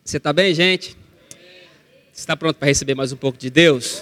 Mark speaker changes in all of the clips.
Speaker 1: Você está bem, gente? Você está pronto para receber mais um pouco de Deus?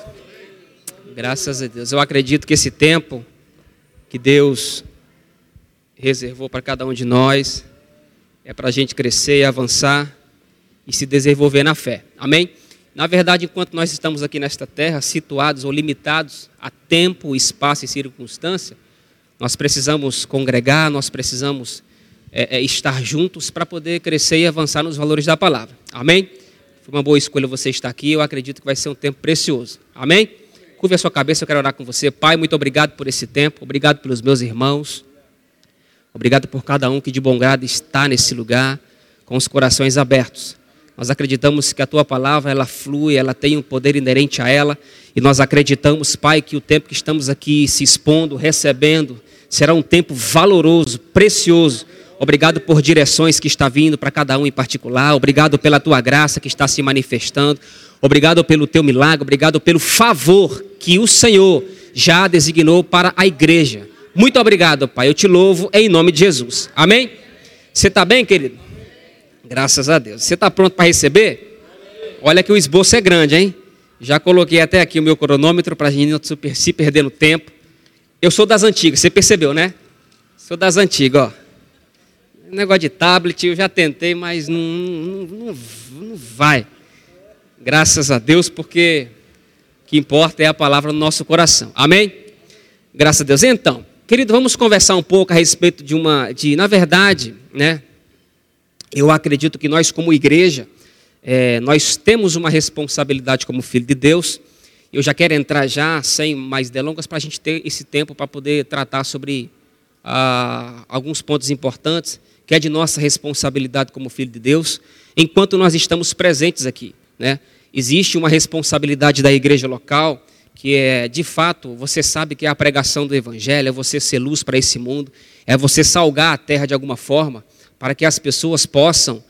Speaker 1: Graças a Deus. Eu acredito que esse tempo que Deus reservou para cada um de nós é para a gente crescer e avançar e se desenvolver na fé. Amém? Na verdade, enquanto nós estamos aqui nesta terra, situados ou limitados a tempo, espaço e circunstância, nós precisamos congregar, nós precisamos estar juntos para poder crescer e avançar nos valores da palavra. Amém? Foi uma boa escolha você estar aqui, eu acredito que vai ser um tempo precioso. Amém? Curve a sua cabeça, eu quero orar com você. Pai, muito obrigado por esse tempo, obrigado pelos meus irmãos, obrigado por cada um que de bom grado está nesse lugar, com os corações abertos. Nós acreditamos que a Tua palavra, ela flui, ela tem um poder inerente a ela, e nós acreditamos, Pai, que o tempo que estamos aqui se expondo, recebendo, será um tempo valoroso, precioso. Obrigado por direções que está vindo para cada um em particular. Obrigado pela Tua graça que está se manifestando. Obrigado pelo Teu milagre. Obrigado pelo favor que o Senhor já designou para a igreja. Muito obrigado, Pai. Eu te louvo em nome de Jesus. Amém? Você está bem, querido? Graças a Deus. Você está pronto para receber? Olha que o esboço é grande, hein? Já coloquei até aqui o meu cronômetro para a gente não se perder no tempo. Eu sou das antigas, você percebeu, né? Sou das antigas, ó. Negócio de tablet, eu já tentei, mas não vai. Graças a Deus, porque o que importa é a palavra no nosso coração. Amém? Graças a Deus. Então, querido, vamos conversar um pouco a respeito na verdade, né? Eu acredito que nós como igreja, nós temos uma responsabilidade como filho de Deus. Eu já quero entrar já, sem mais delongas, para a gente ter esse tempo para poder tratar sobre alguns pontos importantes, que é de nossa responsabilidade como filho de Deus, enquanto nós estamos presentes aqui, né? Existe uma responsabilidade da igreja local, que é, de fato, você sabe que é a pregação do evangelho, é você ser luz para esse mundo, é você salgar a terra de alguma forma, para que as pessoas possam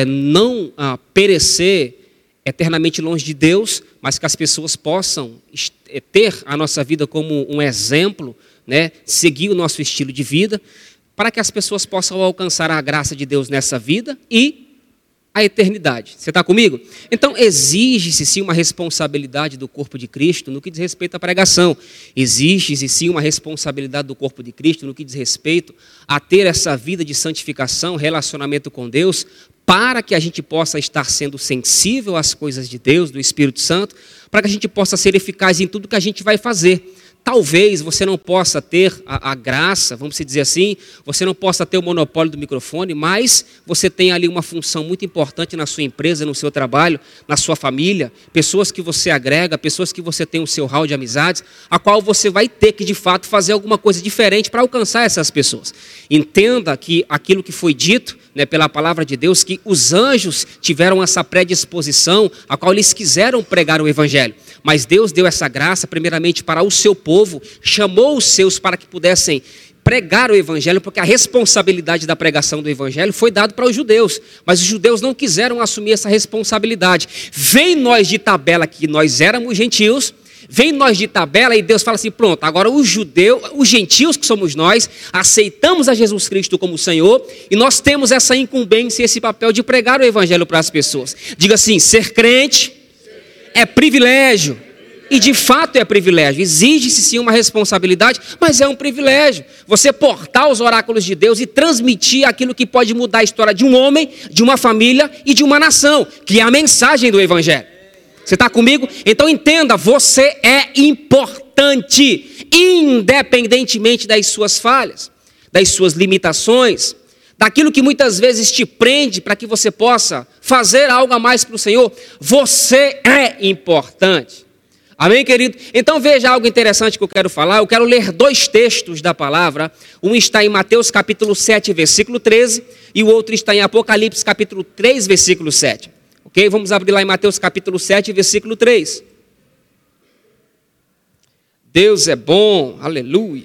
Speaker 1: não perecer eternamente longe de Deus, mas que as pessoas possam ter a nossa vida como um exemplo, né? Seguir o nosso estilo de vida, para que as pessoas possam alcançar a graça de Deus nessa vida e a eternidade. Você está comigo? Então, exige-se sim uma responsabilidade do corpo de Cristo no que diz respeito à pregação. Exige-se sim uma responsabilidade do corpo de Cristo no que diz respeito a ter essa vida de santificação, relacionamento com Deus, para que a gente possa estar sendo sensível às coisas de Deus, do Espírito Santo, para que a gente possa ser eficaz em tudo que a gente vai fazer. Talvez você não possa ter a graça, vamos dizer assim, você não possa ter o monopólio do microfone, mas você tem ali uma função muito importante na sua empresa, no seu trabalho, na sua família, pessoas que você agrega, pessoas que você tem o seu hall de amizades, a qual você vai ter que, de fato, fazer alguma coisa diferente para alcançar essas pessoas. Entenda que aquilo que foi dito, né, pela palavra de Deus, que os anjos tiveram essa predisposição, a qual eles quiseram pregar o evangelho. Mas Deus deu essa graça primeiramente para o seu povo, chamou os seus para que pudessem pregar o evangelho, porque a responsabilidade da pregação do evangelho foi dada para os judeus, mas os judeus não quiseram assumir essa responsabilidade. Vem nós de tabela que nós éramos gentios, vem nós de tabela e Deus fala assim, pronto, agora os gentios que somos nós, aceitamos a Jesus Cristo como Senhor e nós temos essa incumbência, esse papel de pregar o evangelho para as pessoas. Diga assim, ser crente é privilégio, e de fato é privilégio, exige-se sim uma responsabilidade, mas é um privilégio, você portar os oráculos de Deus e transmitir aquilo que pode mudar a história de um homem, de uma família e de uma nação, que é a mensagem do evangelho. Você está comigo? Então entenda, você é importante, independentemente das suas falhas, das suas limitações, daquilo que muitas vezes te prende para que você possa fazer algo a mais para o Senhor. Você é importante. Amém, querido? Então veja algo interessante que eu quero falar. Eu quero ler dois textos da palavra. Um está em Mateus capítulo 7, versículo 13, e o outro está em Apocalipse capítulo 3, versículo 7. Ok? Vamos abrir lá em Mateus capítulo 7, versículo 3. Deus é bom, aleluia.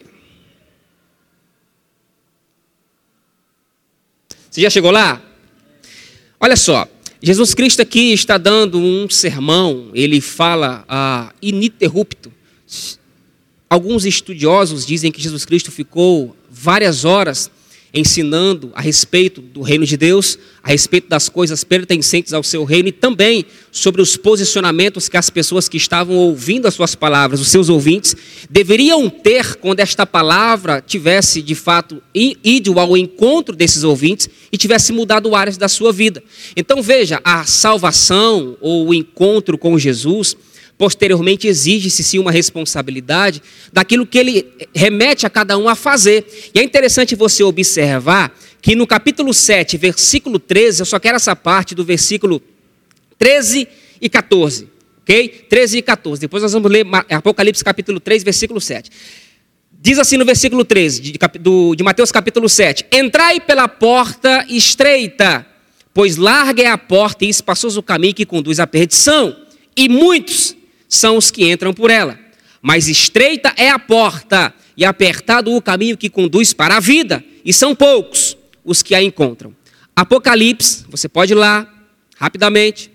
Speaker 1: Você já chegou lá? Olha só, Jesus Cristo aqui está dando um sermão, ele fala ininterrupto. Alguns estudiosos dizem que Jesus Cristo ficou várias horas ensinando a respeito do reino de Deus, a respeito das coisas pertencentes ao seu reino e também sobre os posicionamentos que as pessoas que estavam ouvindo as suas palavras, os seus ouvintes, deveriam ter quando esta palavra tivesse de fato ido ao encontro desses ouvintes e tivesse mudado áreas da sua vida. Então veja, a salvação ou o encontro com Jesus posteriormente exige-se sim uma responsabilidade daquilo que ele remete a cada um a fazer. E é interessante você observar que no capítulo 7, versículo 13, eu só quero essa parte do versículo 13 e 14, ok? 13 e 14, depois nós vamos ler Apocalipse capítulo 3, versículo 7. Diz assim no versículo 13 de Mateus capítulo 7, entrai pela porta estreita, pois larga é a porta e espaçoso o caminho que conduz à perdição, e muitos são os que entram por ela. Mas estreita é a porta e apertado o caminho que conduz para a vida, e são poucos os que a encontram. Apocalipse, você pode ir lá, rapidamente.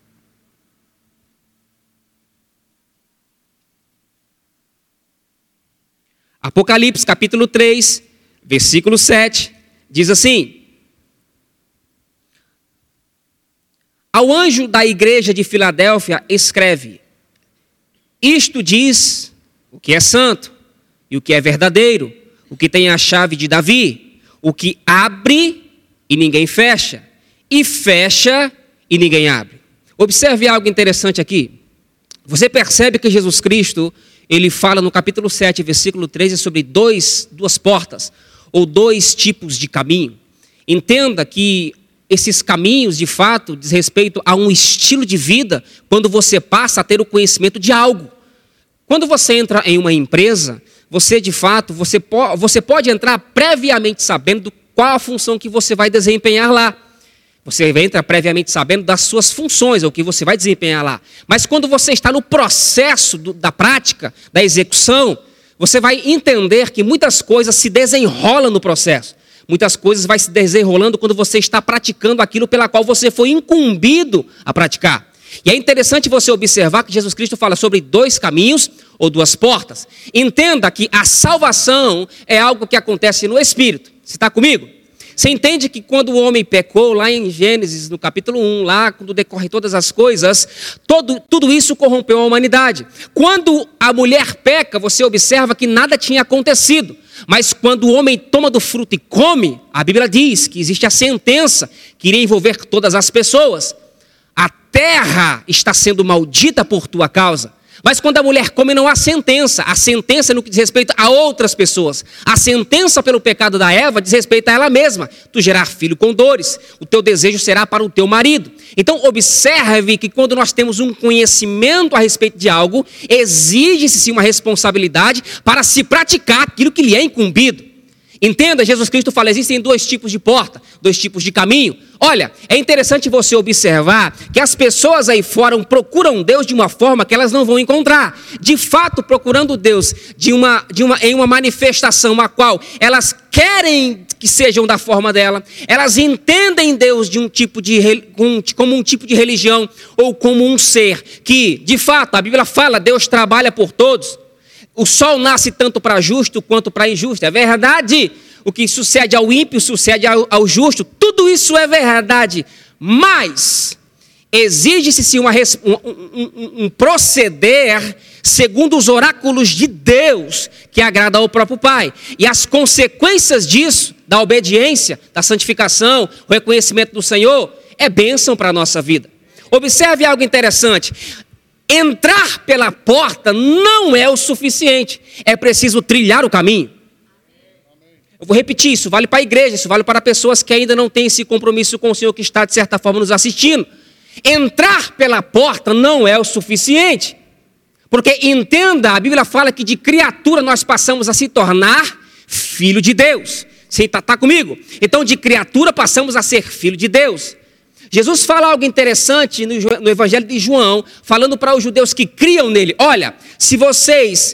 Speaker 1: Apocalipse capítulo 3, versículo 7, diz assim: ao anjo da igreja de Filadélfia escreve: isto diz o que é santo e o que é verdadeiro, o que tem a chave de Davi, o que abre e ninguém fecha, e fecha e ninguém abre. Observe algo interessante aqui. Você percebe que Jesus Cristo, ele fala no capítulo 7, versículo 13, sobre duas portas, ou dois tipos de caminho. Entenda que esses caminhos, de fato, diz respeito a um estilo de vida, quando você passa a ter o conhecimento de algo. Quando você entra em uma empresa, você, de fato, você pode entrar previamente sabendo qual a função que você vai desempenhar lá. Você entra previamente sabendo das suas funções, ou o que você vai desempenhar lá. Mas quando você está no processo da prática, da execução, você vai entender que muitas coisas se desenrolam no processo. Muitas coisas vai se desenrolando quando você está praticando aquilo pela qual você foi incumbido a praticar. E é interessante você observar que Jesus Cristo fala sobre dois caminhos ou duas portas. Entenda que a salvação é algo que acontece no Espírito. Você está comigo? Você entende que quando o homem pecou, lá em Gênesis, no capítulo 1, lá quando decorre todas as coisas, tudo isso corrompeu a humanidade. Quando a mulher peca, você observa que nada tinha acontecido. Mas quando o homem toma do fruto e come, a Bíblia diz que existe a sentença que iria envolver todas as pessoas. A terra está sendo maldita por tua causa. Mas quando a mulher come, não há sentença. A sentença é no que diz respeito a outras pessoas. A sentença pelo pecado da Eva diz respeito a ela mesma. Tu gerar filho com dores. O teu desejo será para o teu marido. Então observe que quando nós temos um conhecimento a respeito de algo, exige-se uma responsabilidade para se praticar aquilo que lhe é incumbido. Entenda, Jesus Cristo fala, existem dois tipos de porta, dois tipos de caminho. Olha, é interessante você observar que as pessoas aí fora procuram Deus de uma forma que elas não vão encontrar. De fato, procurando Deus em uma manifestação a qual elas querem que sejam da forma dela, elas entendem Deus como um tipo de religião ou como um ser que, de fato, a Bíblia fala, Deus trabalha por todos. O sol nasce tanto para justo quanto para injusto. É verdade. O que sucede ao ímpio sucede ao justo. Tudo isso é verdade. Mas exige-se um proceder segundo os oráculos de Deus que agrada ao próprio Pai. E as consequências disso, da obediência, da santificação, o reconhecimento do Senhor, é bênção para a nossa vida. Observe algo interessante. Entrar pela porta não é o suficiente. É preciso trilhar o caminho. Eu vou repetir, isso vale para a igreja, isso vale para pessoas que ainda não têm esse compromisso com o Senhor que está, de certa forma, nos assistindo. Entrar pela porta não é o suficiente. Porque, entenda, a Bíblia fala que de criatura nós passamos a se tornar filho de Deus. Você está comigo? Então, de criatura passamos a ser filho de Deus. Jesus fala algo interessante no Evangelho de João, falando para os judeus que criam nele. Olha, se vocês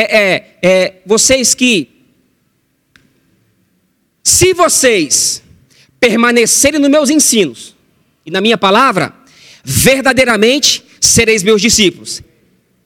Speaker 1: permanecerem nos meus ensinos e na minha palavra, verdadeiramente sereis meus discípulos.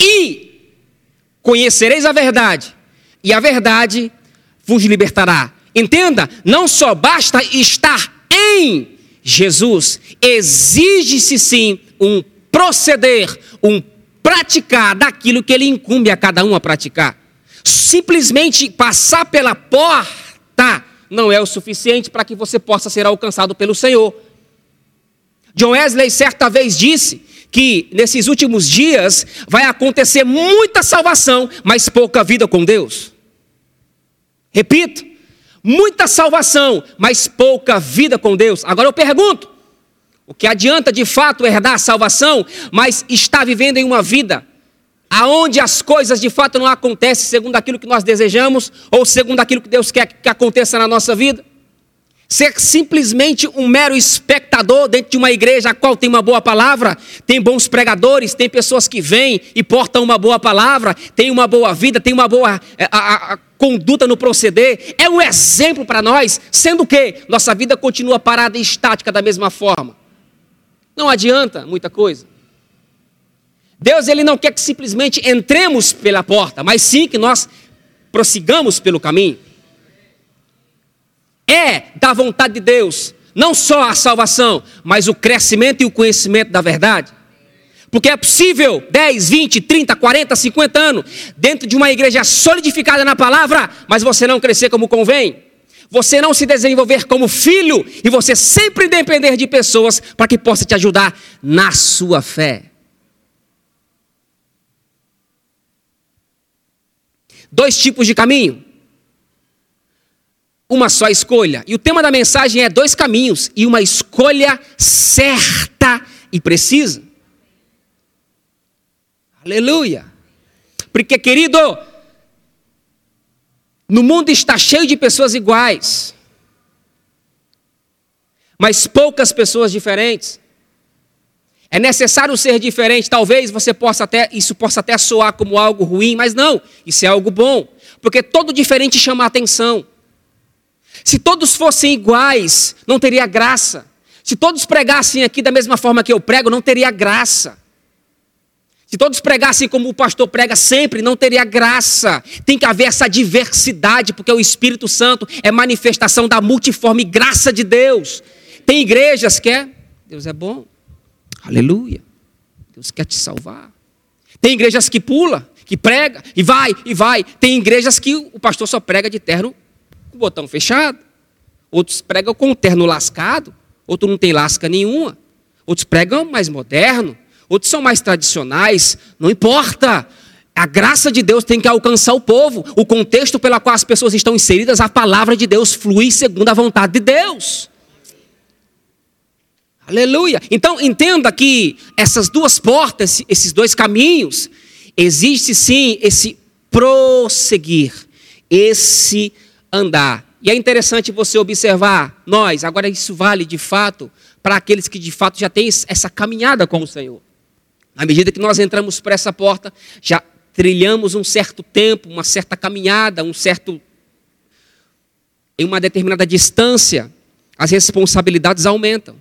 Speaker 1: E conhecereis a verdade, e a verdade vos libertará. Entenda, não só basta estar em Jesus, exige-se sim um proceder, um praticar daquilo que ele incumbe a cada um a praticar. Simplesmente passar pela porta não é o suficiente para que você possa ser alcançado pelo Senhor. John Wesley certa vez disse que nesses últimos dias vai acontecer muita salvação, mas pouca vida com Deus. Repito, muita salvação, mas pouca vida com Deus. Agora eu pergunto, o que adianta de fato herdar a salvação, mas está vivendo em uma vida aonde as coisas de fato não acontecem segundo aquilo que nós desejamos, ou segundo aquilo que Deus quer que aconteça na nossa vida? Ser simplesmente um mero espectador dentro de uma igreja a qual tem uma boa palavra, tem bons pregadores, tem pessoas que vêm e portam uma boa palavra, tem uma boa vida, tem uma boa conduta no proceder, é um exemplo para nós, sendo que nossa vida continua parada e estática da mesma forma. Não adianta muita coisa. Deus, ele não quer que simplesmente entremos pela porta, mas sim que nós prossigamos pelo caminho. É da vontade de Deus, não só a salvação, mas o crescimento e o conhecimento da verdade. Porque é possível 10, 20, 30, 40, 50 anos dentro de uma igreja solidificada na palavra, mas você não crescer como convém. Você não se desenvolver como filho e você sempre depender de pessoas para que possa te ajudar na sua fé. 2 tipos de caminho. Uma só escolha. E o tema da mensagem é 2 caminhos e uma escolha certa e precisa. Aleluia. Porque, querido, no mundo está cheio de pessoas iguais, mas poucas pessoas diferentes. É necessário ser diferente. Talvez isso possa até soar como algo ruim, mas não, isso é algo bom, porque todo diferente chama a atenção. Se todos fossem iguais, não teria graça. Se todos pregassem aqui da mesma forma que eu prego, não teria graça. Se todos pregassem como o pastor prega sempre, não teria graça. Tem que haver essa diversidade, porque o Espírito Santo é manifestação da multiforme graça de Deus. Tem igrejas que Deus é bom. Aleluia. Deus quer te salvar. Tem igrejas que pula, que prega, e vai. Tem igrejas que o pastor só prega de terno com o botão fechado. Outros pregam com o terno lascado. Outros não tem lasca nenhuma. Outros pregam mais moderno. Outros são mais tradicionais. Não importa. A graça de Deus tem que alcançar o povo. O contexto pelo qual as pessoas estão inseridas, a palavra de Deus flui segundo a vontade de Deus. Aleluia. Então entenda que essas 2 portas, esses 2 caminhos, existe sim esse prosseguir, esse andar. E é interessante você observar, agora isso vale de fato para aqueles que de fato já têm essa caminhada com o Senhor. À medida que nós entramos por essa porta, já trilhamos um certo tempo, uma certa caminhada, em uma determinada distância, as responsabilidades aumentam.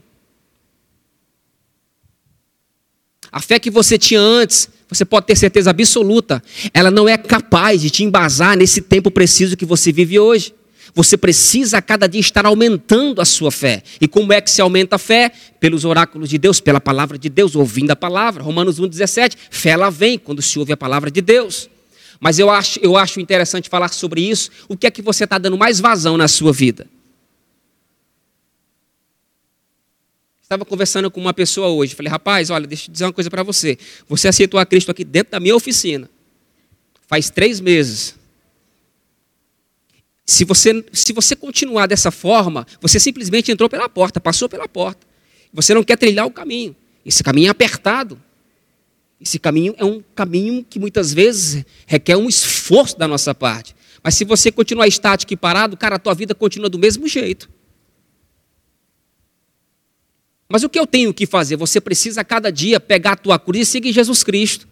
Speaker 1: A fé que você tinha antes, você pode ter certeza absoluta, ela não é capaz de te embasar nesse tempo preciso que você vive hoje. Você precisa a cada dia estar aumentando a sua fé. E como é que se aumenta a fé? Pelos oráculos de Deus, pela palavra de Deus, ouvindo a palavra. Romanos 1,17, fé ela vem quando se ouve a palavra de Deus. Mas eu acho interessante falar sobre isso. O que é que você está dando mais vazão na sua vida? Estava conversando com uma pessoa hoje, falei, rapaz, olha, deixa eu dizer uma coisa para você. Você aceitou a Cristo aqui dentro da minha oficina. Faz 3 meses. Se você continuar dessa forma, você simplesmente entrou pela porta, passou pela porta. Você não quer trilhar o caminho. Esse caminho é apertado. Esse caminho é um caminho que muitas vezes requer um esforço da nossa parte. Mas se você continuar estático e parado, cara, a tua vida continua do mesmo jeito. Mas o que eu tenho que fazer? Você precisa a cada dia pegar a tua cruz e seguir Jesus Cristo.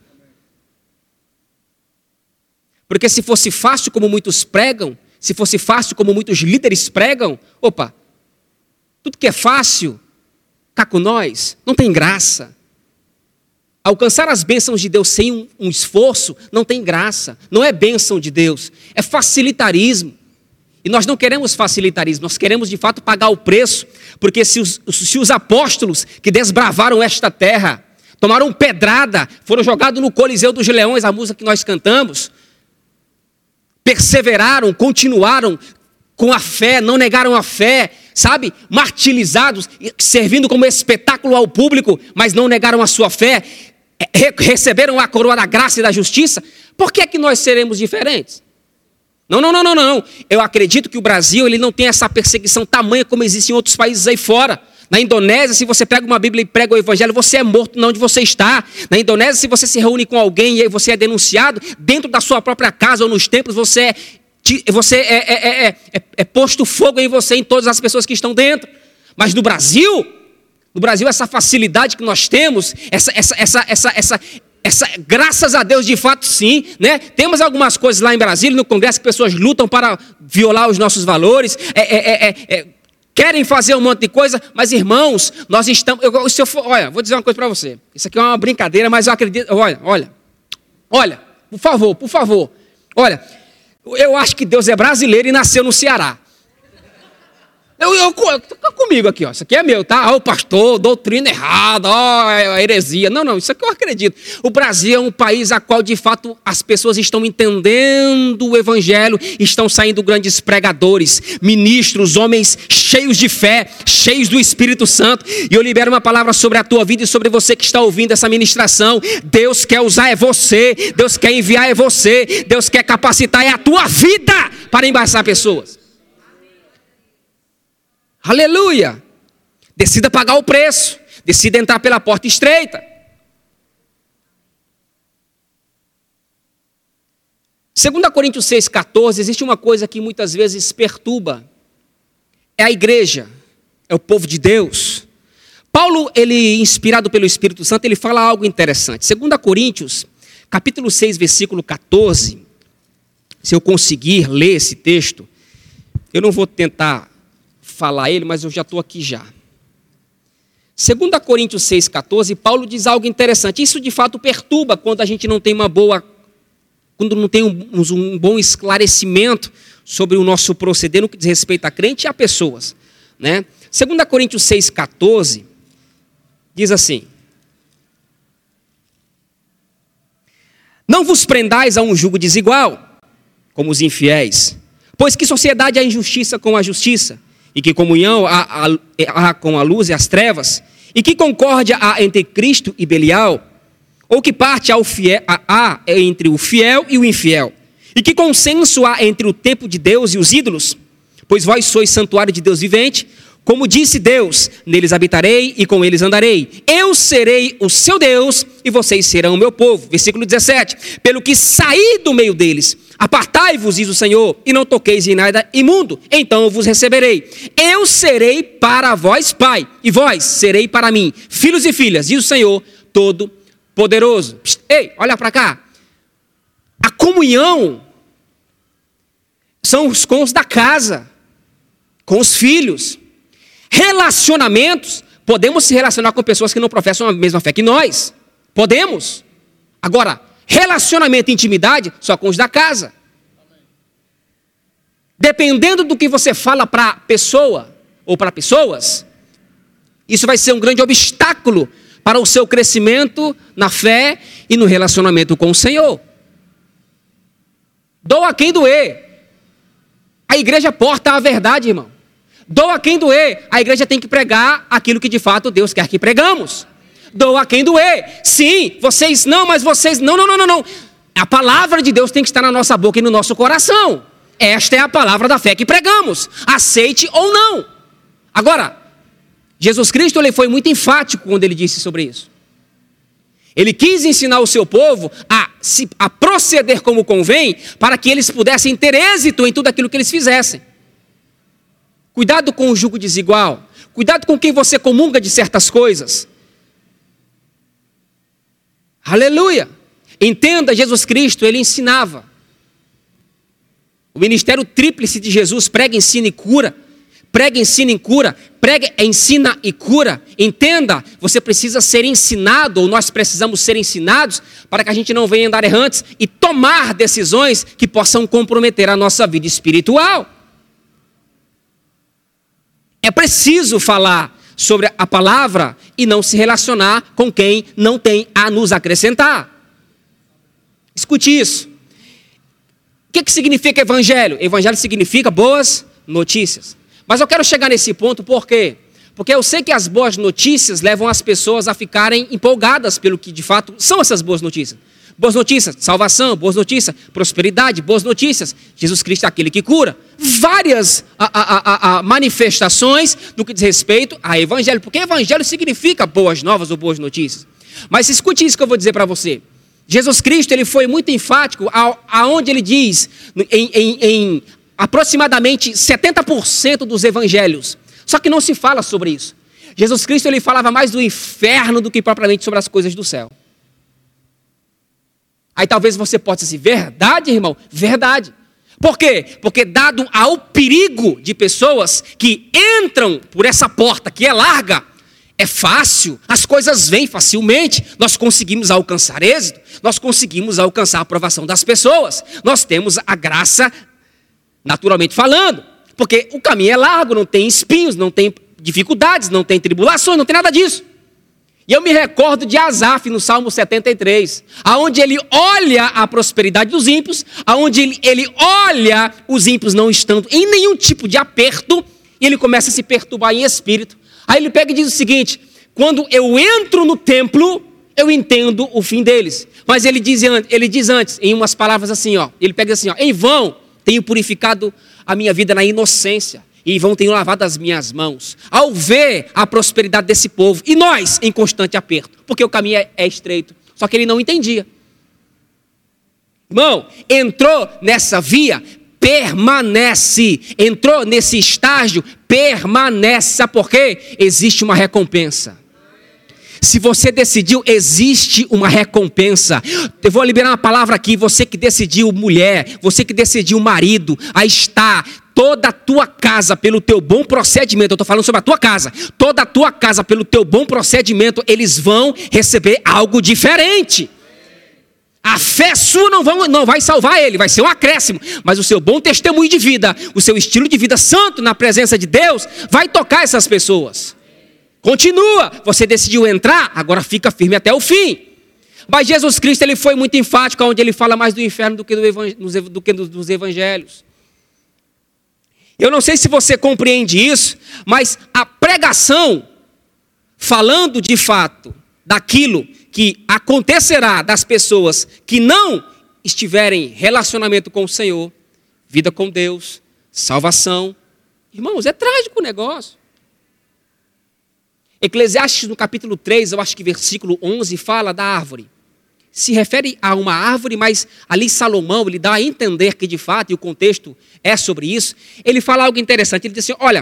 Speaker 1: Porque se fosse fácil como muitos pregam, se fosse fácil como muitos líderes pregam, tudo que é fácil, cá com nós, não tem graça. Alcançar as bênçãos de Deus sem um esforço, não tem graça. Não é bênção de Deus, é facilitarismo. E nós não queremos facilitarismo, nós queremos de fato pagar o preço, porque se os apóstolos que desbravaram esta terra, tomaram pedrada, foram jogados no Coliseu dos Leões, a música que nós cantamos, perseveraram, continuaram com a fé, não negaram a fé, sabe? Martirizados, servindo como espetáculo ao público, mas não negaram a sua fé, receberam a coroa da graça e da justiça. Por que é que nós seremos diferentes? Não. Eu acredito que o Brasil ele não tem essa perseguição tamanha como existe em outros países aí fora. Na Indonésia, se você pega uma Bíblia e prega o Evangelho, você é morto não onde você está. Na Indonésia, se você se reúne com alguém e aí você é denunciado, dentro da sua própria casa ou nos templos, você é posto fogo em você, em todas as pessoas que estão dentro. Mas no Brasil, essa facilidade que nós temos, graças a Deus, de fato, sim, né? Temos algumas coisas lá em Brasília, no Congresso, que pessoas lutam para violar os nossos valores, querem fazer um monte de coisa, mas irmãos, nós estamos... olha, vou dizer uma coisa para você. Isso aqui é uma brincadeira, mas eu acredito... Olha, por favor. Olha, eu acho que Deus é brasileiro e nasceu no Ceará. Tá comigo aqui, ó. Isso aqui é meu, tá? O pastor, doutrina errada, a heresia. Não, isso aqui eu acredito. O Brasil é um país a qual, de fato, as pessoas estão entendendo o Evangelho, estão saindo grandes pregadores, ministros, homens cheios de fé, cheios do Espírito Santo. E eu libero uma palavra sobre a tua vida e sobre você que está ouvindo essa ministração. Deus quer usar você, Deus quer enviar você, Deus quer capacitar a tua vida para embaçar pessoas. Aleluia! Decida pagar o preço. Decida entrar pela porta estreita. 2 Coríntios 6,14, existe uma coisa que muitas vezes perturba. É a igreja, é o povo de Deus. Paulo, ele, inspirado pelo Espírito Santo, ele fala algo interessante. 2 Coríntios, capítulo 6, versículo 14. Se eu conseguir ler esse texto, eu não vou tentar falar ele, mas eu já estou aqui já. 2 Coríntios 6,14, Paulo diz algo interessante. Isso de fato perturba quando a gente não tem quando não tem um bom esclarecimento sobre o nosso proceder no que diz respeito a crente e a pessoas, né? 2 Coríntios 6,14 diz assim: não vos prendais a um jugo desigual, como os infiéis, pois que sociedade há injustiça com a justiça? E que comunhão há com a luz e as trevas? E que concórdia há entre Cristo e Belial? Ou que parte há entre o fiel e o infiel? E que consenso há entre o templo de Deus e os ídolos? Pois vós sois santuário de Deus vivente. Como disse Deus, neles habitarei e com eles andarei. Eu serei o seu Deus e vocês serão o meu povo. Versículo 17. Pelo que saí do meio deles, apartai-vos, diz o Senhor, e não toqueis em nada imundo, então eu vos receberei. Eu serei para vós pai, e vós serei para mim filhos e filhas, diz o Senhor Todo-Poderoso. Ei, olha para cá. A comunhão são com os da casa, com os filhos. Relacionamentos, podemos se relacionar com pessoas que não professam a mesma fé que nós. Podemos. Agora, relacionamento e intimidade só com os da casa. Dependendo do que você fala para a pessoa ou para pessoas, isso vai ser um grande obstáculo para o seu crescimento na fé e no relacionamento com o Senhor. Doa quem doer. A igreja porta a verdade, irmão. Doa quem doer. A igreja tem que pregar aquilo que de fato Deus quer que pregamos. Doa quem doer. Sim, vocês não, mas vocês... Não. A palavra de Deus tem que estar na nossa boca e no nosso coração. Esta é a palavra da fé que pregamos. Aceite ou não. Agora, Jesus Cristo ele foi muito enfático quando ele disse sobre isso. Ele quis ensinar o seu povo a proceder como convém, para que eles pudessem ter êxito em tudo aquilo que eles fizessem. Cuidado com o jugo desigual. Cuidado com quem você comunga de certas coisas. Aleluia. Entenda, Jesus Cristo, ele ensinava. O ministério tríplice de Jesus, prega, ensina e cura. Prega, ensina e cura. Prega, ensina e cura. Entenda, você precisa ser ensinado, ou nós precisamos ser ensinados, para que a gente não venha andar errantes e tomar decisões que possam comprometer a nossa vida espiritual. É preciso falar sobre a palavra e não se relacionar com quem não tem a nos acrescentar. Escute isso. O que significa evangelho? Evangelho significa boas notícias. Mas eu quero chegar nesse ponto, por quê? Porque eu sei que as boas notícias levam as pessoas a ficarem empolgadas pelo que de fato são essas boas notícias. Boas notícias, salvação, boas notícias, prosperidade, boas notícias. Jesus Cristo é aquele que cura. Várias manifestações no que diz respeito a evangelho. Porque evangelho significa boas novas ou boas notícias. Mas escute isso que eu vou dizer para você. Jesus Cristo ele foi muito enfático aonde ele diz em aproximadamente 70% dos evangelhos. Só que não se fala sobre isso. Jesus Cristo ele falava mais do inferno do que propriamente sobre as coisas do céu. Aí talvez você possa dizer, verdade, irmão? Verdade. Por quê? Porque dado ao perigo de pessoas que entram por essa porta que é larga, é fácil, as coisas vêm facilmente, nós conseguimos alcançar êxito, nós conseguimos alcançar a aprovação das pessoas, nós temos a graça, naturalmente falando, porque o caminho é largo, não tem espinhos, não tem dificuldades, não tem tribulações, não tem nada disso. E eu me recordo de Asaf no Salmo 73, aonde ele olha a prosperidade dos ímpios, aonde ele olha os ímpios não estando em nenhum tipo de aperto, e ele começa a se perturbar em espírito. Aí ele pega e diz o seguinte, quando eu entro no templo, eu entendo o fim deles. Mas ele diz antes, em umas palavras assim, ó, ele pega assim, ó, em vão tenho purificado a minha vida na inocência. E vão ter lavado as minhas mãos, ao ver a prosperidade desse povo, e nós em constante aperto, porque o caminho é estreito, só que ele não entendia. Irmão, entrou nessa via, permanece, entrou nesse estágio, permanece, sabe por quê? Existe uma recompensa. Se você decidiu, existe uma recompensa. Eu vou liberar uma palavra aqui, você que decidiu mulher, você que decidiu marido, aí está toda a tua casa pelo teu bom procedimento, eu estou falando sobre a tua casa, toda a tua casa pelo teu bom procedimento, eles vão receber algo diferente. A fé sua não vai salvar ele, vai ser um acréscimo, mas o seu bom testemunho de vida, o seu estilo de vida santo na presença de Deus, vai tocar essas pessoas. Continua, você decidiu entrar, agora fica firme até o fim. Mas Jesus Cristo ele foi muito enfático, onde ele fala mais do inferno do que dos evangelhos. Eu não sei se você compreende isso, mas a pregação, falando de fato daquilo que acontecerá das pessoas que não estiverem em relacionamento com o Senhor, vida com Deus, salvação, irmãos, é trágico o negócio. Eclesiastes no capítulo 3, eu acho que versículo 11, fala da árvore. Se refere a uma árvore, mas ali Salomão, ele dá a entender que de fato, e o contexto é sobre isso, ele fala algo interessante, ele diz assim, olha,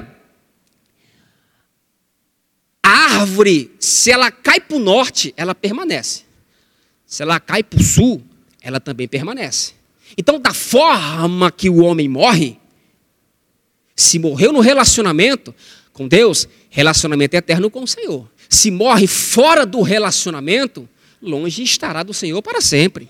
Speaker 1: a árvore, se ela cai para o norte, ela permanece. Se ela cai para o sul, ela também permanece. Então, da forma que o homem morre, se morreu no relacionamento com Deus, relacionamento eterno com o Senhor. Se morre fora do relacionamento, longe estará do Senhor para sempre.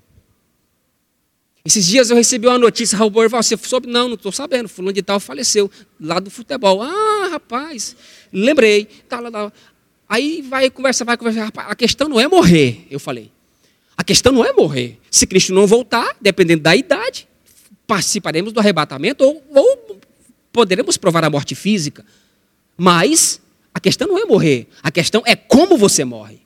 Speaker 1: Esses dias eu recebi uma notícia, Raul, você soube? Não estou sabendo, fulano de tal faleceu, lá do futebol. Ah, rapaz, lembrei. Tá. Aí vai conversar, rapaz, a questão não é morrer, eu falei. A questão não é morrer. Se Cristo não voltar, dependendo da idade, participaremos do arrebatamento ou poderemos provar a morte física. Mas a questão não é morrer, a questão é como você morre.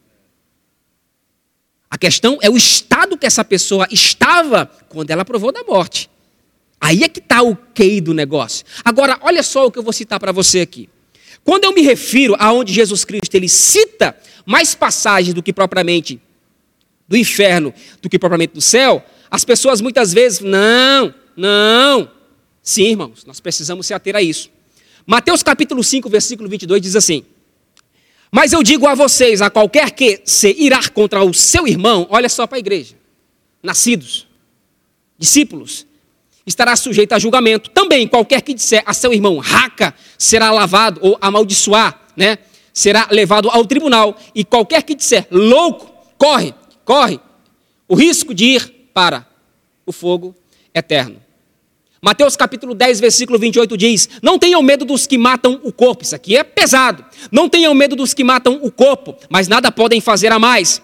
Speaker 1: A questão é o estado que essa pessoa estava quando ela provou da morte. Aí é que está o quê do negócio. Agora, olha só o que eu vou citar para você aqui. Quando eu me refiro aonde Jesus Cristo ele cita mais passagens do que propriamente do inferno, do que propriamente do céu, as pessoas muitas vezes, não. Sim, irmãos, nós precisamos se ater a isso. Mateus capítulo 5, versículo 22 diz assim, mas eu digo a vocês, a qualquer que se irá contra o seu irmão, olha só para a igreja, nascidos, discípulos, estará sujeito a julgamento. Também qualquer que disser a seu irmão raca, será lavado ou amaldiçoar, né? Será levado ao tribunal. E qualquer que disser louco, corre o risco de ir para o fogo eterno. Mateus capítulo 10, versículo 28 diz: não tenham medo dos que matam o corpo. Isso aqui é pesado. Não tenham medo dos que matam o corpo, mas nada podem fazer a mais.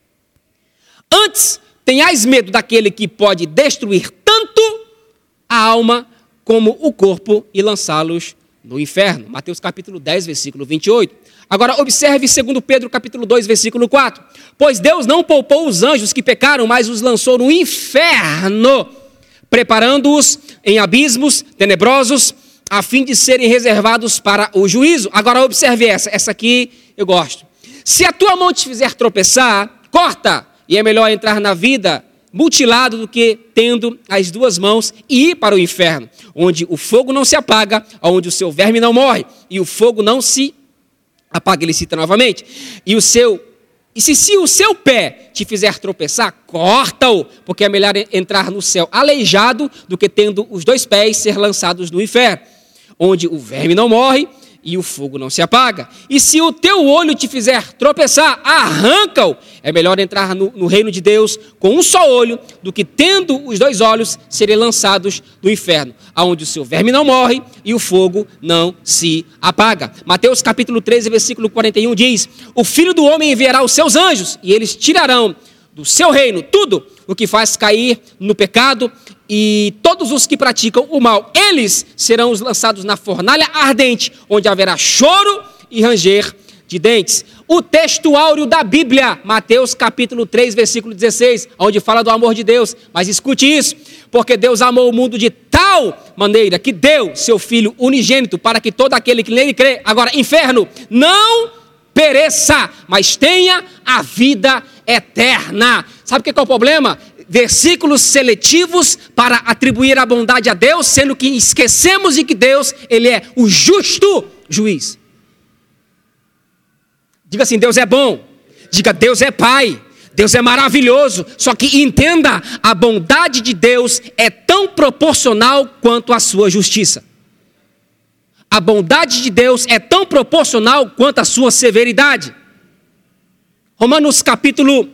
Speaker 1: Antes, tenhais medo daquele que pode destruir tanto a alma como o corpo e lançá-los no inferno. Mateus capítulo 10, versículo 28. Agora observe 2 Pedro capítulo 2, versículo 4. Pois Deus não poupou os anjos que pecaram, mas os lançou no inferno, preparando-os em abismos tenebrosos, a fim de serem reservados para o juízo. Agora observe essa aqui eu gosto. Se a tua mão te fizer tropeçar, corta, e é melhor entrar na vida mutilado do que tendo as duas mãos e ir para o inferno, onde o fogo não se apaga, onde o seu verme não morre, e o fogo não se apaga. Ele cita novamente. E se o seu pé te fizer tropeçar, corta-o, porque é melhor entrar no céu aleijado do que tendo os dois pés ser lançados no inferno, onde o verme não morre e o fogo não se apaga. E se o teu olho te fizer tropeçar, arranca-o. É melhor entrar no reino de Deus com um só olho do que tendo os dois olhos serem lançados no inferno, onde o seu verme não morre e o fogo não se apaga. Mateus capítulo 13, versículo 41 diz: o Filho do Homem enviará os seus anjos e eles tirarão do seu reino tudo o que faz cair no pecado e todos os que praticam o mal. Eles serão lançados na fornalha ardente, onde haverá choro e ranger de dentes. O texto áureo da Bíblia, Mateus capítulo 3, versículo 16, onde fala do amor de Deus. Mas escute isso: porque Deus amou o mundo de tal maneira que deu seu Filho unigênito, para que todo aquele que nele crê, agora inferno, não pereça, mas tenha a vida eterna. Sabe o que é o problema? Versículos seletivos para atribuir a bondade a Deus, sendo que esquecemos de que Deus, Ele é o justo juiz. Diga assim: Deus é bom. Diga: Deus é Pai. Deus é maravilhoso. Só que entenda, a bondade de Deus é tão proporcional quanto a sua justiça. A bondade de Deus é tão proporcional quanto a sua severidade. Romanos capítulo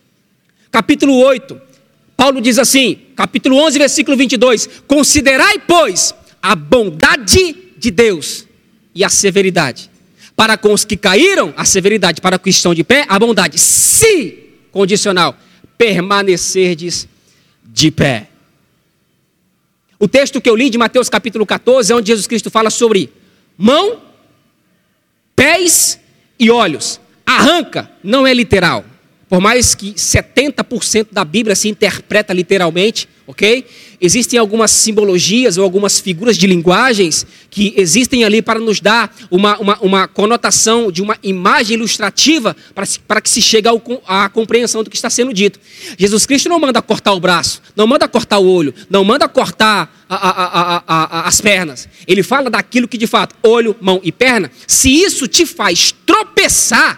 Speaker 1: 8, Paulo diz assim, capítulo 11, versículo 22, considerai, pois, a bondade de Deus e a severidade. Para com os que caíram, a severidade; para os que estão de pé, a bondade. Se, condicional, permanecerdes de pé. O texto que eu li de Mateus capítulo 14 é onde Jesus Cristo fala sobre mão, pés e olhos. Arranca não é literal. Por mais que 70% da Bíblia se interpreta literalmente, ok? Existem algumas simbologias ou algumas figuras de linguagens que existem ali para nos dar uma conotação de uma imagem ilustrativa para que se chegue à compreensão do que está sendo dito. Jesus Cristo não manda cortar o braço, não manda cortar o olho, não manda cortar as pernas. Ele fala daquilo que de fato, olho, mão e perna, se isso te faz tropeçar,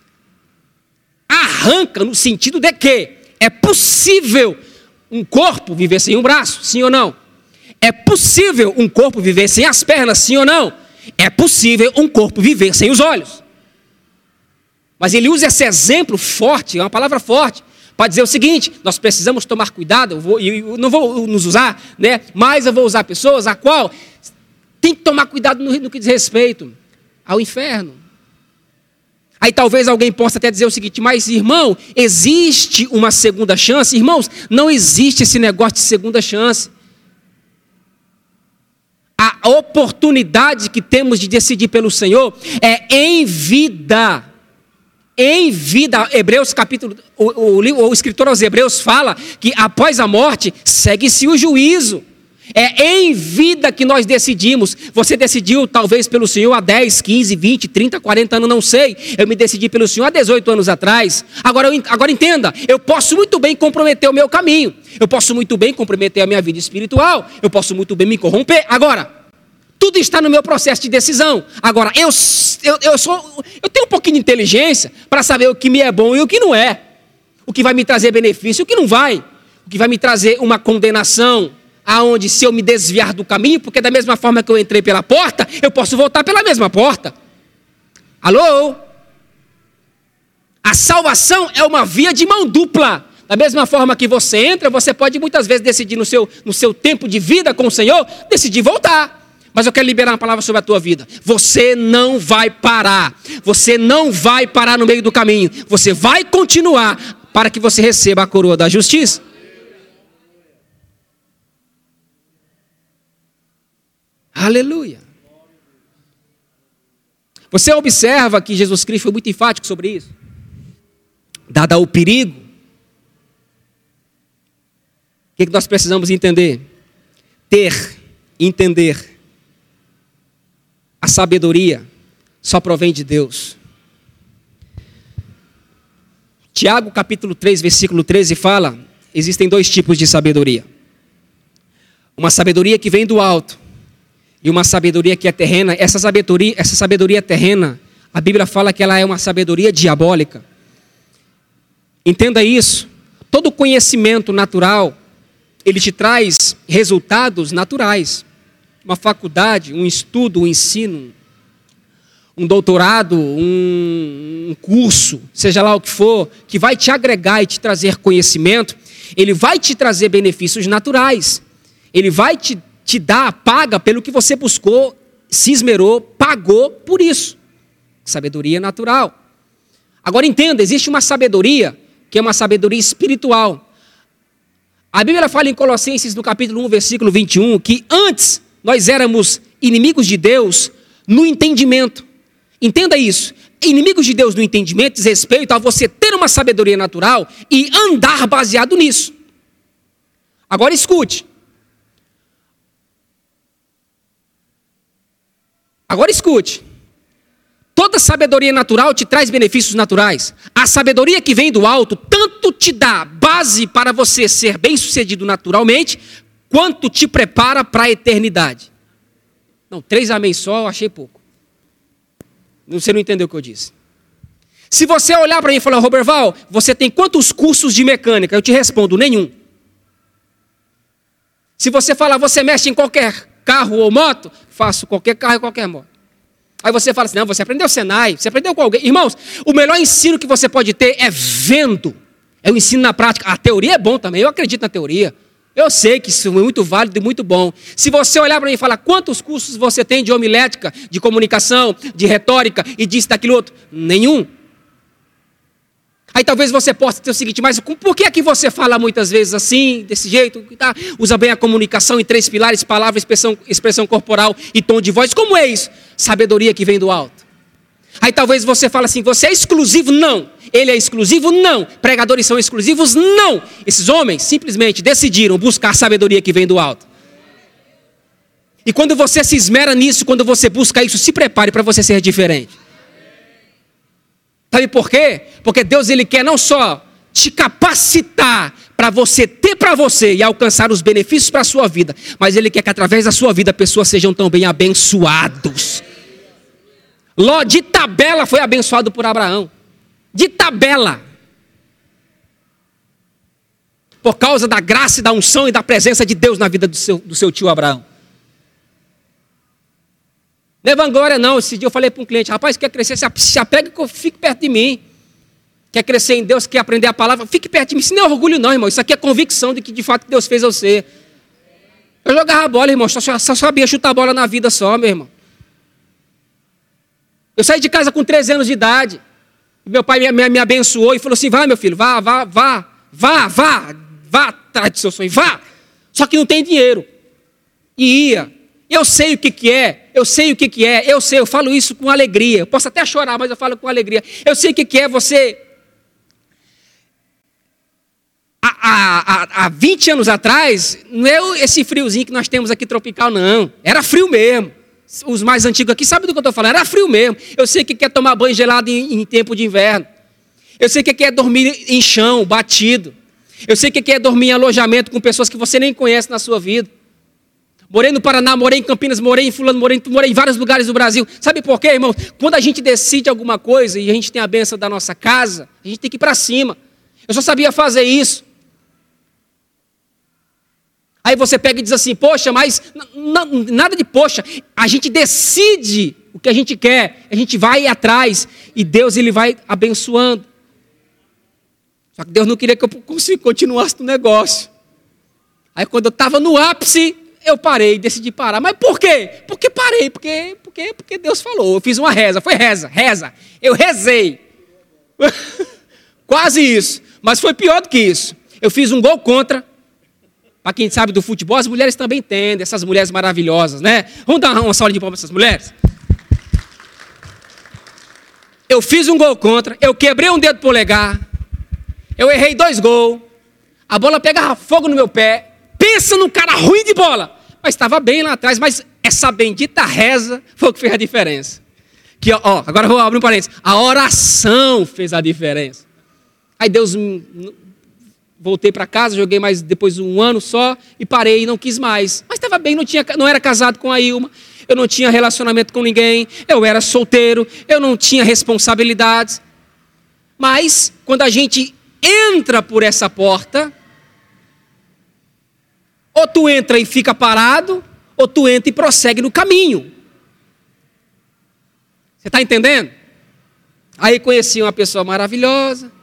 Speaker 1: arranca, no sentido de que é possível um corpo viver sem um braço, sim ou não? É possível um corpo viver sem as pernas, sim ou não? É possível um corpo viver sem os olhos. Mas ele usa esse exemplo forte, é uma palavra forte, para dizer o seguinte: nós precisamos tomar cuidado. Eu não vou nos usar, né? Mas eu vou usar pessoas a qual tem que tomar cuidado no que diz respeito ao inferno. Aí talvez alguém possa até dizer o seguinte: mas irmão, existe uma segunda chance? Irmãos, não existe esse negócio de segunda chance. A oportunidade que temos de decidir pelo Senhor é em vida. Em vida. Hebreus capítulo, o escritor aos Hebreus fala que após a morte segue-se o juízo. É em vida que nós decidimos. Você decidiu talvez pelo Senhor há 10, 15, 20, 30, 40 anos, não sei. Eu me decidi pelo Senhor há 18 anos atrás. Agora entenda, eu posso muito bem comprometer o meu caminho. Eu posso muito bem comprometer a minha vida espiritual. Eu posso muito bem me corromper. Agora, tudo está no meu processo de decisão. Agora, eu tenho um pouquinho de inteligência para saber o que me é bom e o que não é. O que vai me trazer benefício e o que não vai. O que vai me trazer uma condenação, aonde se eu me desviar do caminho, porque da mesma forma que eu entrei pela porta, eu posso voltar pela mesma porta. Alô? A salvação é uma via de mão dupla. Da mesma forma que você entra, você pode muitas vezes decidir no seu tempo de vida com o Senhor, decidir voltar. Mas eu quero liberar uma palavra sobre a tua vida. Você não vai parar. Você não vai parar no meio do caminho. Você vai continuar para que você receba a coroa da justiça. Aleluia. Você observa que Jesus Cristo foi muito enfático sobre isso. Dado o perigo, o que nós precisamos entender? Entender. A sabedoria só provém de Deus. Tiago capítulo 3, versículo 13 fala, existem 2 tipos de sabedoria. Uma sabedoria que vem do alto e uma sabedoria que é terrena. Essa sabedoria terrena, a Bíblia fala que ela é uma sabedoria diabólica. Entenda isso. Todo conhecimento natural, ele te traz resultados naturais. Uma faculdade, um estudo, um ensino, um doutorado, um curso, seja lá o que for, que vai te agregar e te trazer conhecimento, ele vai te trazer benefícios naturais. Ele vai te dar, paga pelo que você buscou, se esmerou, pagou por isso. Sabedoria natural. Agora entenda, existe uma sabedoria que é uma sabedoria espiritual. A Bíblia fala em Colossenses, no capítulo 1, versículo 21, que antes nós éramos inimigos de Deus no entendimento. Entenda isso. Inimigos de Deus no entendimento diz respeito a você ter uma sabedoria natural e andar baseado nisso. Agora escute. Toda sabedoria natural te traz benefícios naturais. A sabedoria que vem do alto tanto te dá base para você ser bem-sucedido naturalmente, quanto te prepara para a eternidade. Não, 3 amém só, eu achei pouco. Você não entendeu o que eu disse. Se você olhar para mim e falar, Roberval, você tem quantos cursos de mecânica? Eu te respondo, nenhum. Se você falar, você mexe em qualquer carro ou moto? Faço qualquer carro e qualquer moto. Aí você fala assim, não, você aprendeu Senai, você aprendeu com alguém. Irmãos, o melhor ensino que você pode ter é vendo. É o ensino na prática. A teoria é bom também, eu acredito na teoria. Eu sei que isso é muito válido e muito bom. Se você olhar para mim e falar quantos cursos você tem de homilética, de comunicação, de retórica e disso, daquilo outro, nenhum. Aí talvez você possa ter o seguinte, mas por que é que você fala muitas vezes assim, desse jeito? Tá? Usa bem a comunicação em 3 pilares, palavra, expressão corporal e tom de voz. Como é isso? Sabedoria que vem do alto. Aí talvez você fale assim, você é exclusivo? Não. Ele é exclusivo? Não. Pregadores são exclusivos? Não. Esses homens simplesmente decidiram buscar sabedoria que vem do alto. E quando você se esmera nisso, quando você busca isso, se prepare para você ser diferente. Sabe por quê? Porque Deus ele quer não só te capacitar para você ter para você e alcançar os benefícios para a sua vida, mas Ele quer que através da sua vida pessoas sejam também abençoados. Ló de tabela foi abençoado por Abraão. De tabela. Por causa da graça e da unção e da presença de Deus na vida do seu tio Abraão. Não é vanglória não. Esse dia eu falei para um cliente, rapaz, quer crescer, se apega que eu fique perto de mim. Quer crescer em Deus, quer aprender a palavra, fique perto de mim. Isso não é orgulho não, irmão. Isso aqui é convicção de que de fato Deus fez você. Eu jogava bola, irmão, só sabia chutar bola na vida só, meu irmão. Eu saí de casa com 13 anos de idade. Meu pai me abençoou e falou assim, vai meu filho, vá atrás do seu sonho, vá. Só que não tem dinheiro. E ia. Eu sei o que é, eu falo isso com alegria. Eu posso até chorar, mas eu falo com alegria. Eu sei o que é você... Há 20 anos atrás, não é esse friozinho que nós temos aqui tropical, não. Era frio mesmo. Os mais antigos aqui sabem do que eu estou falando. Era frio mesmo. Eu sei o que é tomar banho gelado em tempo de inverno. Eu sei o que é dormir em chão, batido. Eu sei o que é dormir em alojamento com pessoas que você nem conhece na sua vida. Morei no Paraná, morei em Campinas, morei em Fulano, morei em vários lugares do Brasil. Sabe por quê, irmão? Quando a gente decide alguma coisa e a gente tem a bênção da nossa casa, a gente tem que ir para cima. Eu só sabia fazer isso. Aí você pega e diz assim, poxa, mas nada de poxa. A gente decide o que a gente quer, a gente vai atrás e Deus ele vai abençoando. Só que Deus não queria que eu continuasse no negócio. Aí quando eu estava no ápice, eu parei, decidi parar. Mas por quê? Porque parei, porque Deus falou. Eu fiz uma reza, foi reza. Eu rezei. Quase isso. Mas foi pior do que isso. Eu fiz um gol contra. Para quem sabe do futebol, as mulheres também entendem, essas mulheres maravilhosas, né? Vamos dar uma salva de palmas para essas mulheres? Eu fiz um gol contra, eu quebrei um dedo polegar, eu errei 2 gols, a bola pegava fogo no meu pé. Pensa num cara ruim de bola. Mas estava bem lá atrás, mas essa bendita reza foi o que fez a diferença. Que, ó, agora eu vou abrir um parênteses. A oração fez a diferença. Aí Deus... Voltei para casa, joguei mais depois de 1 ano só e parei, não quis mais. Mas estava bem, não era casado com a Ilma, eu não tinha relacionamento com ninguém, eu era solteiro, eu não tinha responsabilidades. Mas quando a gente entra por essa porta, ou tu entra e fica parado, ou tu entra e prossegue no caminho. Você está entendendo? Aí conheci uma pessoa maravilhosa.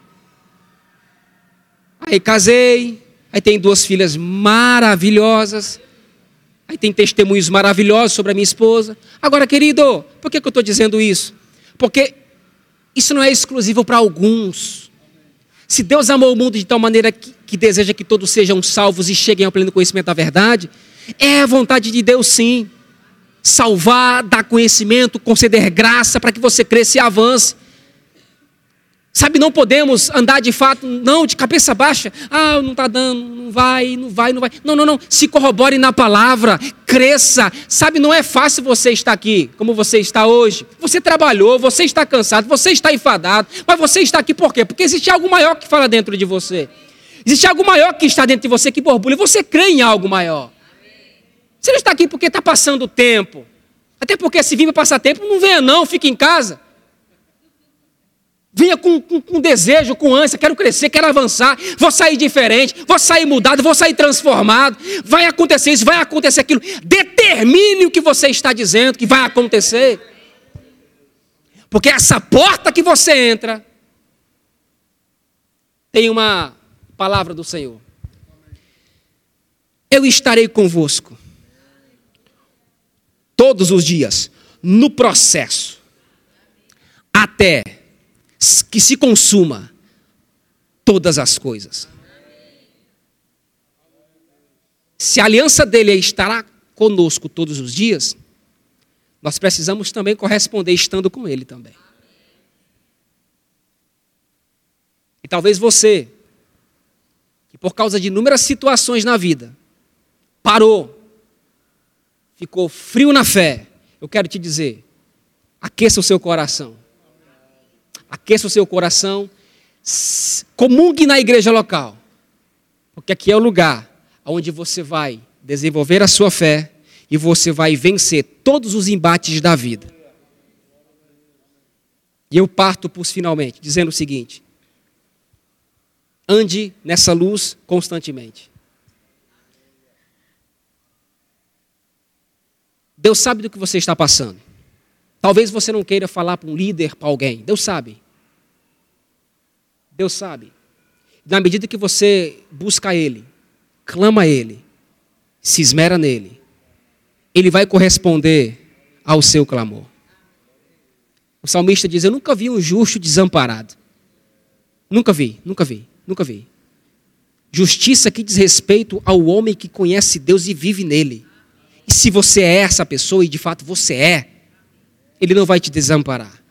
Speaker 1: Aí casei, aí tem 2 filhas maravilhosas, aí tem testemunhos maravilhosos sobre a minha esposa. Agora, querido, por que eu estou dizendo isso? Porque isso não é exclusivo para alguns. Se Deus amou o mundo de tal maneira que deseja que todos sejam salvos e cheguem ao pleno conhecimento da verdade, é a vontade de Deus sim. Salvar, dar conhecimento, conceder graça para que você cresça e avance. Sabe, não podemos andar de fato, não, de cabeça baixa. Ah, não está dando, não vai. Não. Se corrobore na palavra, cresça. Sabe, não é fácil você estar aqui, como você está hoje. Você trabalhou, você está cansado, você está enfadado. Mas você está aqui por quê? Porque existe algo maior que fala dentro de você. Existe algo maior que está dentro de você, que borbulha. Você crê em algo maior. Você não está aqui porque está passando o tempo. Até porque se vir para passar tempo, não venha não, fique em casa. Venha com desejo, com ânsia, quero crescer, quero avançar, vou sair diferente, vou sair mudado, vou sair transformado, vai acontecer isso, vai acontecer aquilo. Determine o que você está dizendo que vai acontecer. Porque essa porta que você entra, tem uma palavra do Senhor. Eu estarei convosco todos os dias, no processo, até que se consuma todas as coisas. Se a aliança dele estará conosco todos os dias, nós precisamos também corresponder estando com ele também. E talvez você, que por causa de inúmeras situações na vida, parou, ficou frio na fé, eu quero te dizer, aqueça o seu coração. Aqueça o seu coração, comungue na igreja local, porque aqui é o lugar onde você vai desenvolver a sua fé e você vai vencer todos os embates da vida. E eu parto por finalmente, dizendo o seguinte: ande nessa luz constantemente. Deus sabe do que você está passando. Talvez você não queira falar para um líder, para alguém. Deus sabe. Deus sabe. Na medida que você busca Ele, clama a Ele, se esmera nele, Ele vai corresponder ao seu clamor. O salmista diz: eu nunca vi um justo desamparado. Nunca vi. Justiça que diz respeito ao homem que conhece Deus e vive nele. E se você é essa pessoa, e de fato você é, Ele não vai te desamparar.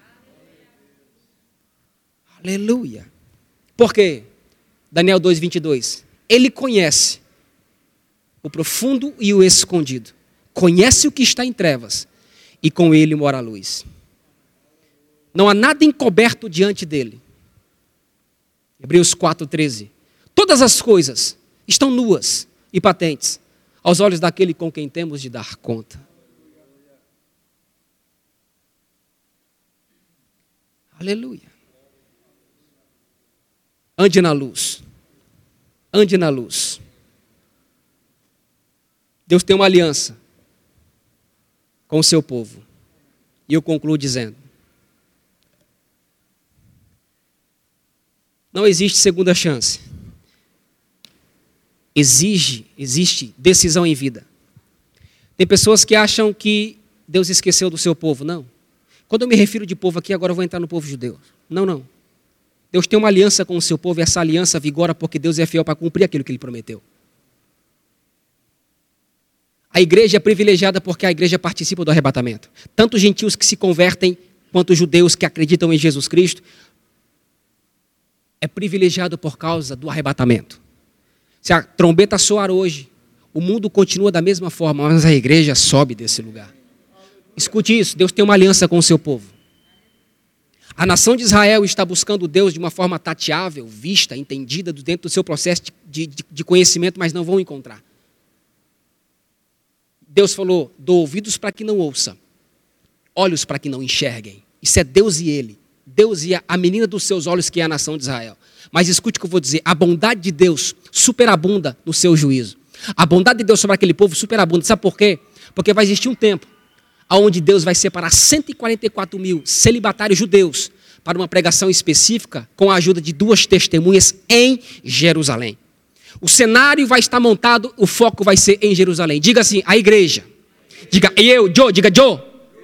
Speaker 1: Aleluia. Por quê? Daniel 2:22. Ele conhece o profundo e o escondido. Conhece o que está em trevas. E com ele mora a luz. Não há nada encoberto diante dele. Hebreus 4:13. Todas as coisas estão nuas e patentes aos olhos daquele com quem temos de dar conta. Aleluia. Ande na luz. Ande na luz. Deus tem uma aliança com o seu povo. E eu concluo dizendo: Não existe segunda chance. Existe decisão em vida. Tem pessoas que acham que Deus esqueceu do seu povo. Não. Quando eu me refiro de povo aqui, agora eu vou entrar no povo judeu. Não. Deus tem uma aliança com o seu povo e essa aliança vigora porque Deus é fiel para cumprir aquilo que Ele prometeu. A igreja é privilegiada porque a igreja participa do arrebatamento. Tanto os gentios que se convertem, quanto os judeus que acreditam em Jesus Cristo, é privilegiado por causa do arrebatamento. Se a trombeta soar hoje, o mundo continua da mesma forma, mas a igreja sobe desse lugar. Escute isso, Deus tem uma aliança com o seu povo. A nação de Israel está buscando Deus de uma forma tateável, vista, entendida, dentro do seu processo de conhecimento, mas não vão encontrar. Deus falou, dou ouvidos para que não ouçam, olhos para que não enxerguem. Isso é Deus e Ele. Deus e a menina dos seus olhos, que é a nação de Israel. Mas escute o que eu vou dizer, a bondade de Deus superabunda no seu juízo. A bondade de Deus sobre aquele povo superabunda. Sabe por quê? Porque vai existir um tempo onde Deus vai separar 144 mil celibatários judeus para uma pregação específica com a ajuda de 2 testemunhas em Jerusalém. O cenário vai estar montado, o foco vai ser em Jerusalém. Diga assim, a igreja. Diga Joe.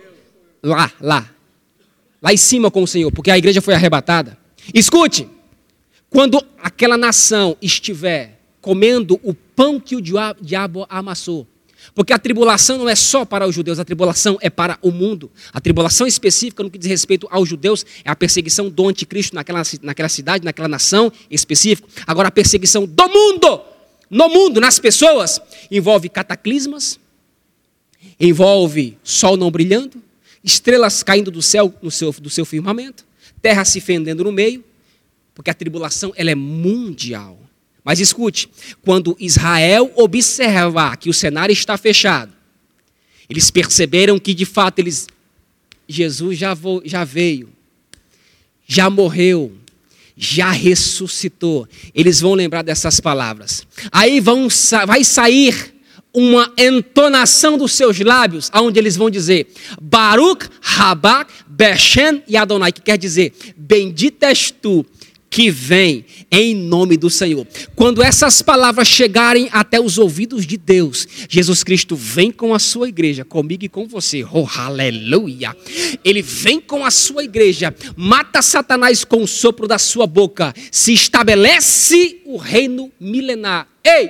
Speaker 1: Lá em cima com o Senhor, porque a igreja foi arrebatada. Escute, quando aquela nação estiver comendo o pão que o diabo amassou, porque a tribulação não é só para os judeus, a tribulação é para o mundo. A tribulação específica no que diz respeito aos judeus é a perseguição do anticristo naquela cidade, naquela nação específica. Agora a perseguição do mundo, no mundo, nas pessoas, envolve cataclismas, envolve sol não brilhando, estrelas caindo do céu, do seu firmamento, terra se fendendo no meio, porque a tribulação ela é mundial. Mas escute, quando Israel observar que o cenário está fechado, eles perceberam que de fato Jesus já veio, já morreu, já ressuscitou. Eles vão lembrar dessas palavras. Aí vai sair uma entonação dos seus lábios, onde eles vão dizer, Baruch Rabak Beshem Yadonai, que quer dizer, bendito és tu, que vem em nome do Senhor. Quando essas palavras chegarem até os ouvidos de Deus, Jesus Cristo vem com a sua igreja, comigo e com você, oh aleluia, Ele vem com a sua igreja, mata Satanás com o sopro da sua boca, se estabelece o reino milenar. Ei,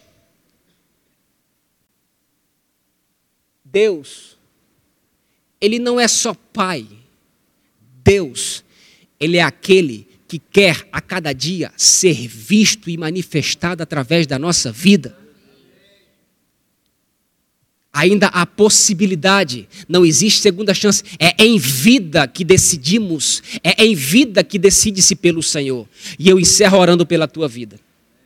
Speaker 1: Deus, Ele não é só Pai, Deus, Ele é aquele que quer a cada dia ser visto e manifestado através da nossa vida. Ainda há possibilidade, não existe segunda chance, é em vida que decidimos, é em vida que decide-se pelo Senhor. E eu encerro orando pela tua vida.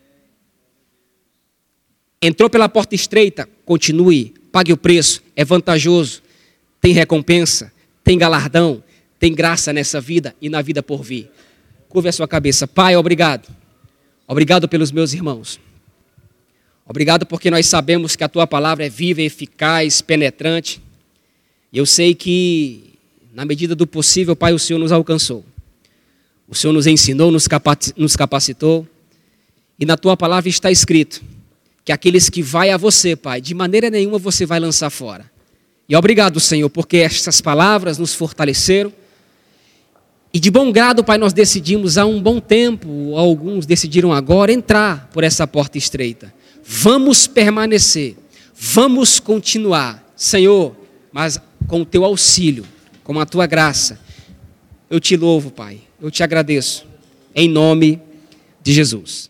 Speaker 1: Entrou pela porta estreita, continue, pague o preço, é vantajoso, tem recompensa, tem galardão, tem graça nessa vida e na vida por vir. Curve a sua cabeça. Pai, obrigado. Obrigado pelos meus irmãos. Obrigado porque nós sabemos que a Tua palavra é viva, eficaz, penetrante. E eu sei que, na medida do possível, Pai, o Senhor nos alcançou. O Senhor nos ensinou, nos capacitou. E na Tua palavra está escrito que aqueles que vai a você, Pai, de maneira nenhuma você vai lançar fora. E obrigado, Senhor, porque essas palavras nos fortaleceram. E de bom grado, Pai, nós decidimos há um bom tempo, alguns decidiram agora entrar por essa porta estreita. Vamos permanecer, vamos continuar, Senhor, mas com o Teu auxílio, com a Tua graça. Eu te louvo, Pai, eu te agradeço, em nome de Jesus.